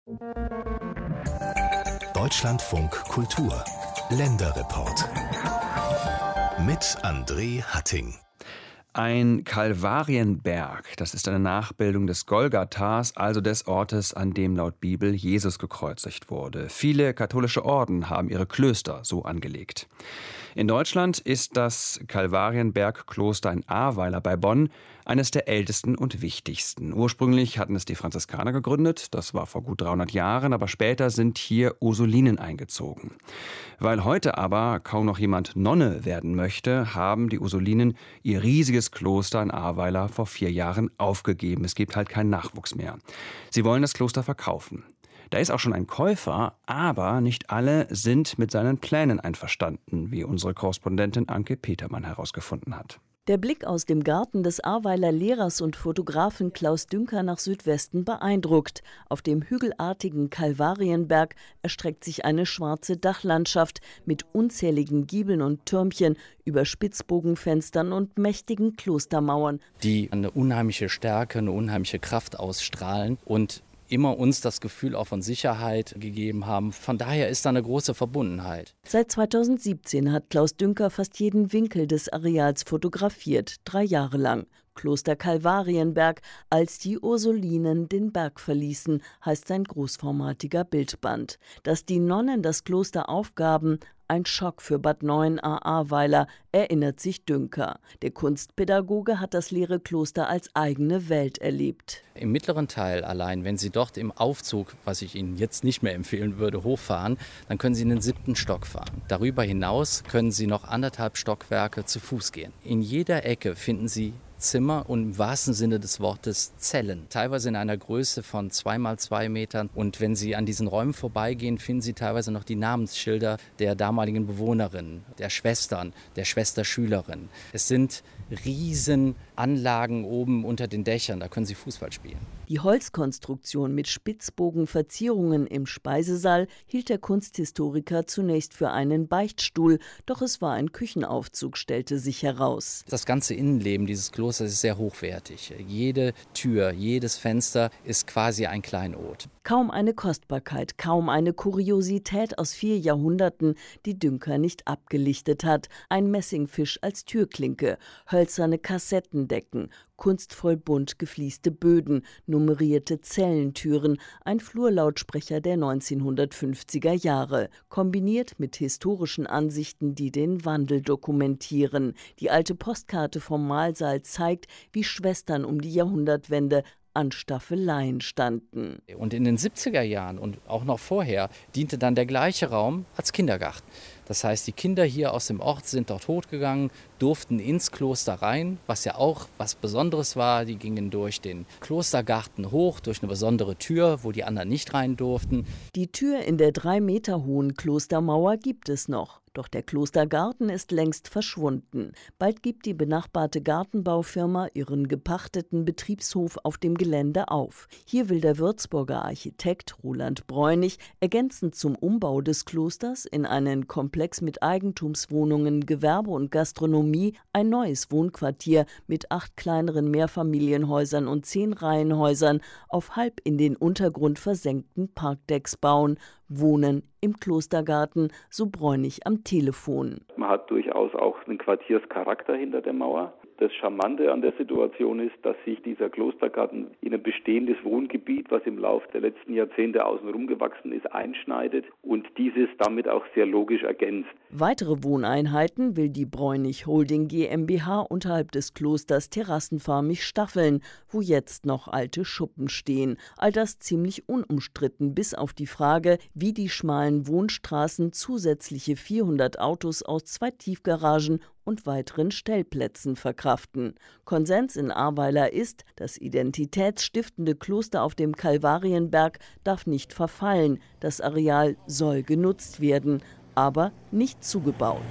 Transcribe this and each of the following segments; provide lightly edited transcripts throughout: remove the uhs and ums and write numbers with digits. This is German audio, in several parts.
Deutschlandfunk Kultur Länderreport mit André Hatting. Ein Kalvarienberg, das ist eine Nachbildung des Golgathas, also des Ortes, an dem laut Bibel Jesus gekreuzigt wurde. Viele katholische Orden haben ihre Klöster so angelegt. In Deutschland ist das Kalvarienbergkloster in Ahrweiler bei Bonn eines der ältesten und wichtigsten. Ursprünglich hatten es die Franziskaner gegründet, das war vor gut 300 Jahren, aber später sind hier Ursulinen eingezogen. Weil heute aber kaum noch jemand Nonne werden möchte, haben die Ursulinen ihr riesiges Kloster in Ahrweiler vor 4 Jahren aufgegeben. Es gibt halt keinen Nachwuchs mehr. Sie wollen das Kloster verkaufen. Da ist auch schon ein Käufer, aber nicht alle sind mit seinen Plänen einverstanden, wie unsere Korrespondentin Anke Petermann herausgefunden hat. Der Blick aus dem Garten des Ahrweiler Lehrers und Fotografen Klaus Dünker nach Südwesten beeindruckt. Auf dem hügelartigen Kalvarienberg erstreckt sich eine schwarze Dachlandschaft mit unzähligen Giebeln und Türmchen über Spitzbogenfenstern und mächtigen Klostermauern, die eine unheimliche Stärke, eine unheimliche Kraft ausstrahlen und immer uns das Gefühl auch von Sicherheit gegeben haben. Von daher ist da eine große Verbundenheit. Seit 2017 hat Klaus Dünker fast jeden Winkel des Areals fotografiert, 3 Jahre lang. Kloster Kalvarienberg, als die Ursulinen den Berg verließen, heißt sein großformatiger Bildband. Dass die Nonnen das Kloster aufgaben, ein Schock für Bad Neuenahr-Ahrweiler, erinnert sich Dünker. Der Kunstpädagoge hat das leere Kloster als eigene Welt erlebt. Im mittleren Teil allein, wenn Sie dort im Aufzug, was ich Ihnen jetzt nicht mehr empfehlen würde, hochfahren, dann können Sie in den 7. Stock fahren. Darüber hinaus können Sie noch 1,5 Stockwerke zu Fuß gehen. In jeder Ecke finden Sie Zimmer und im wahrsten Sinne des Wortes Zellen. Teilweise in einer Größe von 2 mal 2 Metern. Und wenn Sie an diesen Räumen vorbeigehen, finden Sie teilweise noch die Namensschilder der damaligen Bewohnerinnen, der Schwestern, der Schwesterschülerin. Es sind Riesenanlagen oben unter den Dächern, da können Sie Fußball spielen. Die Holzkonstruktion mit Spitzbogenverzierungen im Speisesaal hielt der Kunsthistoriker zunächst für einen Beichtstuhl, doch es war ein Küchenaufzug, stellte sich heraus. Das ganze Innenleben dieses Klosters ist sehr hochwertig. Jede Tür, jedes Fenster ist quasi ein Kleinod. Kaum eine Kostbarkeit, kaum eine Kuriosität aus 4 Jahrhunderten, die Dünker nicht abgelichtet hat. Ein Messingfisch als Türklinke, hölzerne Kassettendecken, kunstvoll bunt geflieste Böden, nummerierte Zellentüren, ein Flurlautsprecher der 1950er Jahre, kombiniert mit historischen Ansichten, die den Wandel dokumentieren. Die alte Postkarte vom Mahlsaal zeigt, wie Schwestern um die Jahrhundertwende an Staffeleien standen. Und in den 70er Jahren und auch noch vorher diente dann der gleiche Raum als Kindergarten. Das heißt, die Kinder hier aus dem Ort sind dort hochgegangen, durften ins Kloster rein, was ja auch was Besonderes war. Die gingen durch den Klostergarten hoch, durch eine besondere Tür, wo die anderen nicht rein durften. Die Tür in der 3 Meter hohen Klostermauer gibt es noch. Doch der Klostergarten ist längst verschwunden. Bald gibt die benachbarte Gartenbaufirma ihren gepachteten Betriebshof auf dem Gelände auf. Hier will der Würzburger Architekt Roland Bräunig ergänzend zum Umbau des Klosters in einen Komplex mit Eigentumswohnungen, Gewerbe und Gastronomie ein neues Wohnquartier mit 8 kleineren Mehrfamilienhäusern und 10 Reihenhäusern auf halb in den Untergrund versenkten Parkdecks bauen. Wohnen im Klostergarten, so Bräunig am Telefon. Man hat durchaus auch einen Quartierscharakter hinter der Mauer. Das Charmante an der Situation ist, dass sich dieser Klostergarten in ein bestehendes Wohngebiet, was im Laufe der letzten Jahrzehnte außenrum gewachsen ist, einschneidet und dieses damit auch sehr logisch ergänzt. Weitere Wohneinheiten will die Bräunig Holding GmbH unterhalb des Klosters terrassenförmig staffeln, wo jetzt noch alte Schuppen stehen. All das ziemlich unumstritten, bis auf die Frage, wie die schmalen Wohnstraßen zusätzliche 400 Autos aus 2 Tiefgaragen und weiteren Stellplätzen verkraften. Konsens in Ahrweiler ist, das identitätsstiftende Kloster auf dem Kalvarienberg darf nicht verfallen. Das Areal soll genutzt werden, aber nicht zugebaut.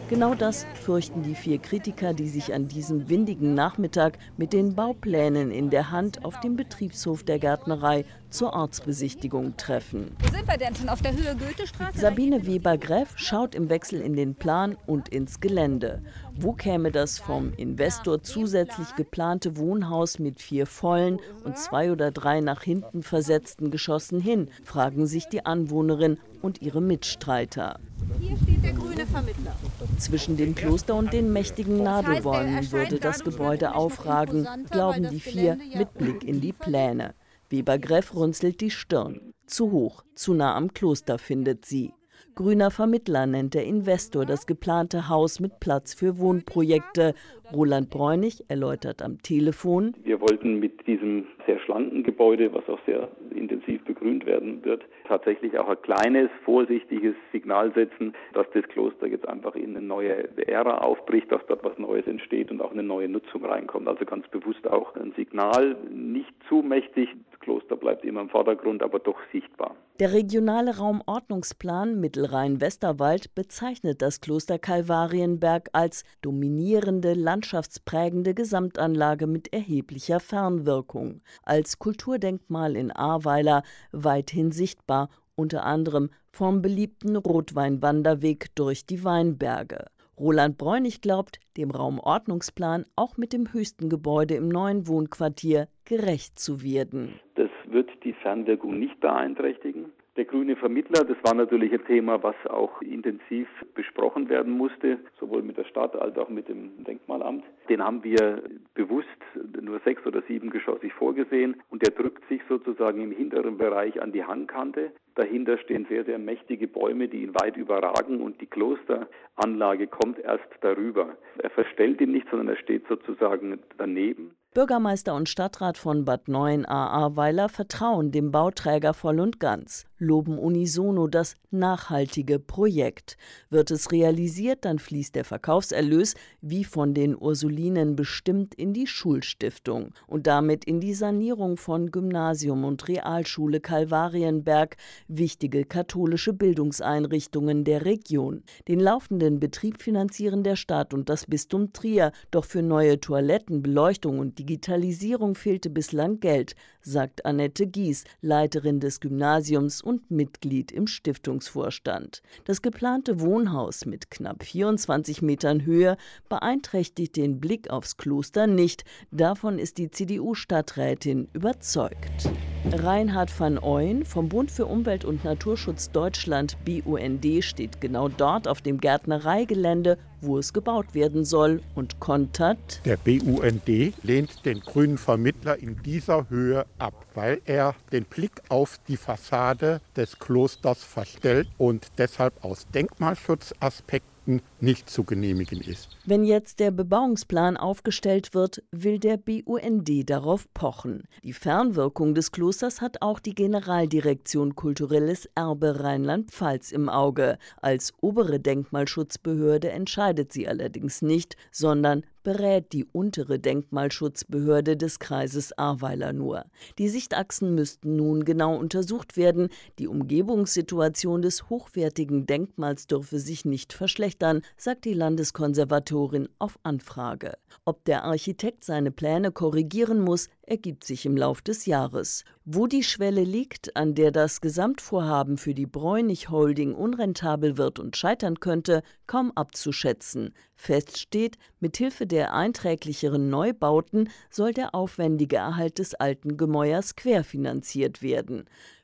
Genau das fürchten die 4 Kritiker, die sich an diesem windigen Nachmittag mit den Bauplänen in der Hand auf dem Betriebshof der Gärtnerei zur Ortsbesichtigung treffen. Wo sind wir denn schon? Auf der Höhe Goethestraße? Sabine Weber-Greff schaut im Wechsel in den Plan und ins Gelände. Wo käme das vom Investor zusätzlich geplante Wohnhaus mit 4 vollen und 2 oder 3 nach hinten versetzten Geschossen hin, fragen sich die Anwohnerin und ihre Mitstreiter. Hier steht der grüne Vermittler. Zwischen dem Kloster und den mächtigen Nadelbäumen würde das Gebäude aufragen, glauben die 4 mit Blick in die Pläne. Weber-Greff runzelt die Stirn. Zu hoch, zu nah am Kloster findet sie. Grüner Vermittler nennt der Investor das geplante Haus mit Platz für Wohnprojekte. Roland Bräunig erläutert am Telefon: Wir wollten mit diesem sehr schlanken Gebäude, was auch sehr intensiv begrünt werden wird, tatsächlich auch ein kleines, vorsichtiges Signal setzen, dass das Kloster jetzt einfach in eine neue Ära aufbricht, dass dort was Neues entsteht und auch eine neue Nutzung reinkommt. Also ganz bewusst auch ein Signal, nicht zu mächtig. Das Kloster bleibt immer im Vordergrund, aber doch sichtbar. Der regionale Raumordnungsplan Mittelrhein-Westerwald bezeichnet das Kloster Kalvarienberg als dominierende, landschaftsprägende Gesamtanlage mit erheblicher Fernwirkung. Als Kulturdenkmal in Ahrweiler weithin sichtbar, unter anderem vom beliebten Rotweinwanderweg durch die Weinberge. Roland Bräunig glaubt, dem Raumordnungsplan auch mit dem höchsten Gebäude im neuen Wohnquartier gerecht zu werden. Das wird die Fernwirkung nicht beeinträchtigen. Der grüne Vermittler, das war natürlich ein Thema, was auch intensiv besprochen werden musste, sowohl mit der Stadt als auch mit dem Denkmalamt. Den haben wir bewusst nur 6- oder 7-geschossig vorgesehen und der drückt sich sozusagen im hinteren Bereich an die Hangkante. Dahinter stehen sehr, sehr mächtige Bäume, die ihn weit überragen und die Klosteranlage kommt erst darüber. Er verstellt ihn nicht, sondern er steht sozusagen daneben. Bürgermeister und Stadtrat von Bad Neuenahr-Ahrweiler vertrauen dem Bauträger voll und ganz, loben unisono das nachhaltige Projekt. Wird es realisiert, dann fließt der Verkaufserlös, wie von den Ursulinen bestimmt, in die Schulstiftung und damit in die Sanierung von Gymnasium und Realschule Kalvarienberg, wichtige katholische Bildungseinrichtungen der Region. Den laufenden Betrieb finanzieren der Staat und das Bistum Trier, doch für neue Toiletten, Beleuchtung und Digitalisierung fehlte bislang Geld, sagt Annette Gies, Leiterin des Gymnasiums und Mitglied im Stiftungsvorstand. Das geplante Wohnhaus mit knapp 24 Metern Höhe beeinträchtigt den Blick aufs Kloster nicht. Davon ist die CDU-Stadträtin überzeugt. Reinhard van Ooyen vom Bund für Umwelt und Naturschutz Deutschland BUND steht genau dort auf dem Gärtnereigelände, wo es gebaut werden soll, und kontert: Der BUND lehnt den grünen Vermittler in dieser Höhe ab, weil er den Blick auf die Fassade des Klosters verstellt und deshalb aus Denkmalschutzaspekten nicht zu genehmigen ist. Wenn jetzt der Bebauungsplan aufgestellt wird, will der BUND darauf pochen. Die Fernwirkung des Klosters hat auch die Generaldirektion Kulturelles Erbe Rheinland-Pfalz im Auge. Als obere Denkmalschutzbehörde entscheidet sie allerdings nicht, sondern berät die untere Denkmalschutzbehörde des Kreises Ahrweiler nur. Die Sichtachsen müssten nun genau untersucht werden. Die Umgebungssituation des hochwertigen Denkmals dürfe sich nicht verschlechtern, sagt die Landeskonservatorin auf Anfrage. Ob der Architekt seine Pläne korrigieren muss, ergibt sich im Lauf des Jahres. Wo die Schwelle liegt, an der das Gesamtvorhaben für die Bräunig Holding unrentabel wird und scheitern könnte, kaum abzuschätzen. Fest steht, mithilfe der einträglicheren Neubauten soll der aufwendige Erhalt des alten Gemäuers querfinanziert werden.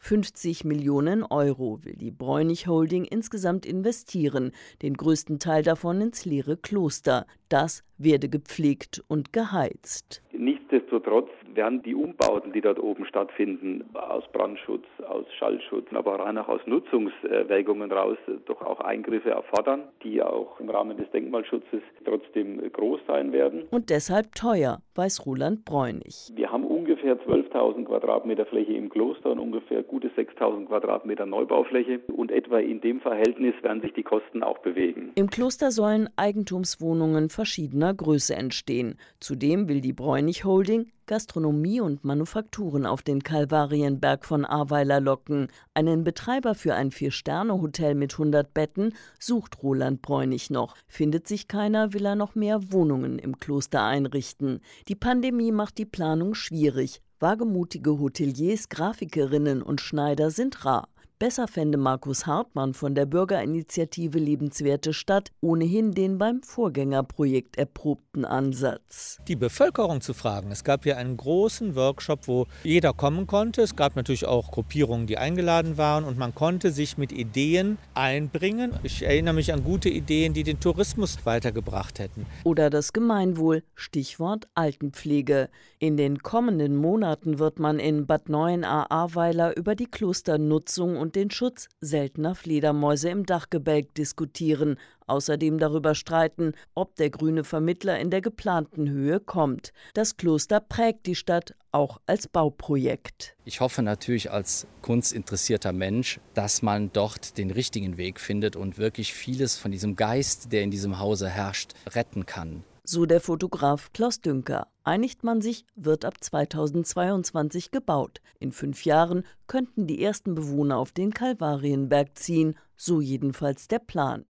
50 Millionen Euro will die Bräunig Holding insgesamt investieren, den größten Teil davon ins leere Kloster. Das werde gepflegt und geheizt. Nichtsdestotrotz werden die Umbauten, die dort oben stattfinden, aus Brandschutz, aus Schallschutz, aber rein auch aus Nutzungswägungen raus, doch auch Eingriffe erfordern, die auch im Rahmen des Denkmalschutzes trotzdem groß sein werden. Und deshalb teuer, weiß Roland Bräunig. Wir haben ungefähr 12.000 Quadratmeter Fläche im Kloster und ungefähr gute 6.000 Quadratmeter Neubaufläche. Und etwa in dem Verhältnis werden sich die Kosten auch bewegen. Im Kloster sollen Eigentumswohnungen verschiedener Größe entstehen. Zudem will die Bräunig Holding Gastronomie und Manufakturen auf den Kalvarienberg von Ahrweiler locken. Einen Betreiber für ein 4-Sterne-Hotel mit 100 Betten sucht Roland Bräunig noch. Findet sich keiner, will er noch mehr Wohnungen im Kloster einrichten. Die Pandemie macht die Planung schwierig. Wagemutige Hoteliers, Grafikerinnen und Schneider sind rar. Besser fände Markus Hartmann von der Bürgerinitiative Lebenswerte Stadt ohnehin den beim Vorgängerprojekt erprobten Ansatz. Die Bevölkerung zu fragen. Es gab hier einen großen Workshop, wo jeder kommen konnte. Es gab natürlich auch Gruppierungen, die eingeladen waren und man konnte sich mit Ideen einbringen. Ich erinnere mich an gute Ideen, die den Tourismus weitergebracht hätten. Oder das Gemeinwohl, Stichwort Altenpflege. In den kommenden Monaten wird man in Bad Neuenahr-Ahrweiler über die Klosternutzung und den Schutz seltener Fledermäuse im Dachgebälk diskutieren, außerdem darüber streiten, ob der grüne Vermittler in der geplanten Höhe kommt. Das Kloster prägt die Stadt auch als Bauprojekt. Ich hoffe natürlich als kunstinteressierter Mensch, dass man dort den richtigen Weg findet und wirklich vieles von diesem Geist, der in diesem Hause herrscht, retten kann. So der Fotograf Klaus Dünker. Einigt man sich, wird ab 2022 gebaut. In 5 Jahren könnten die ersten Bewohner auf den Kalvarienberg ziehen, so jedenfalls der Plan.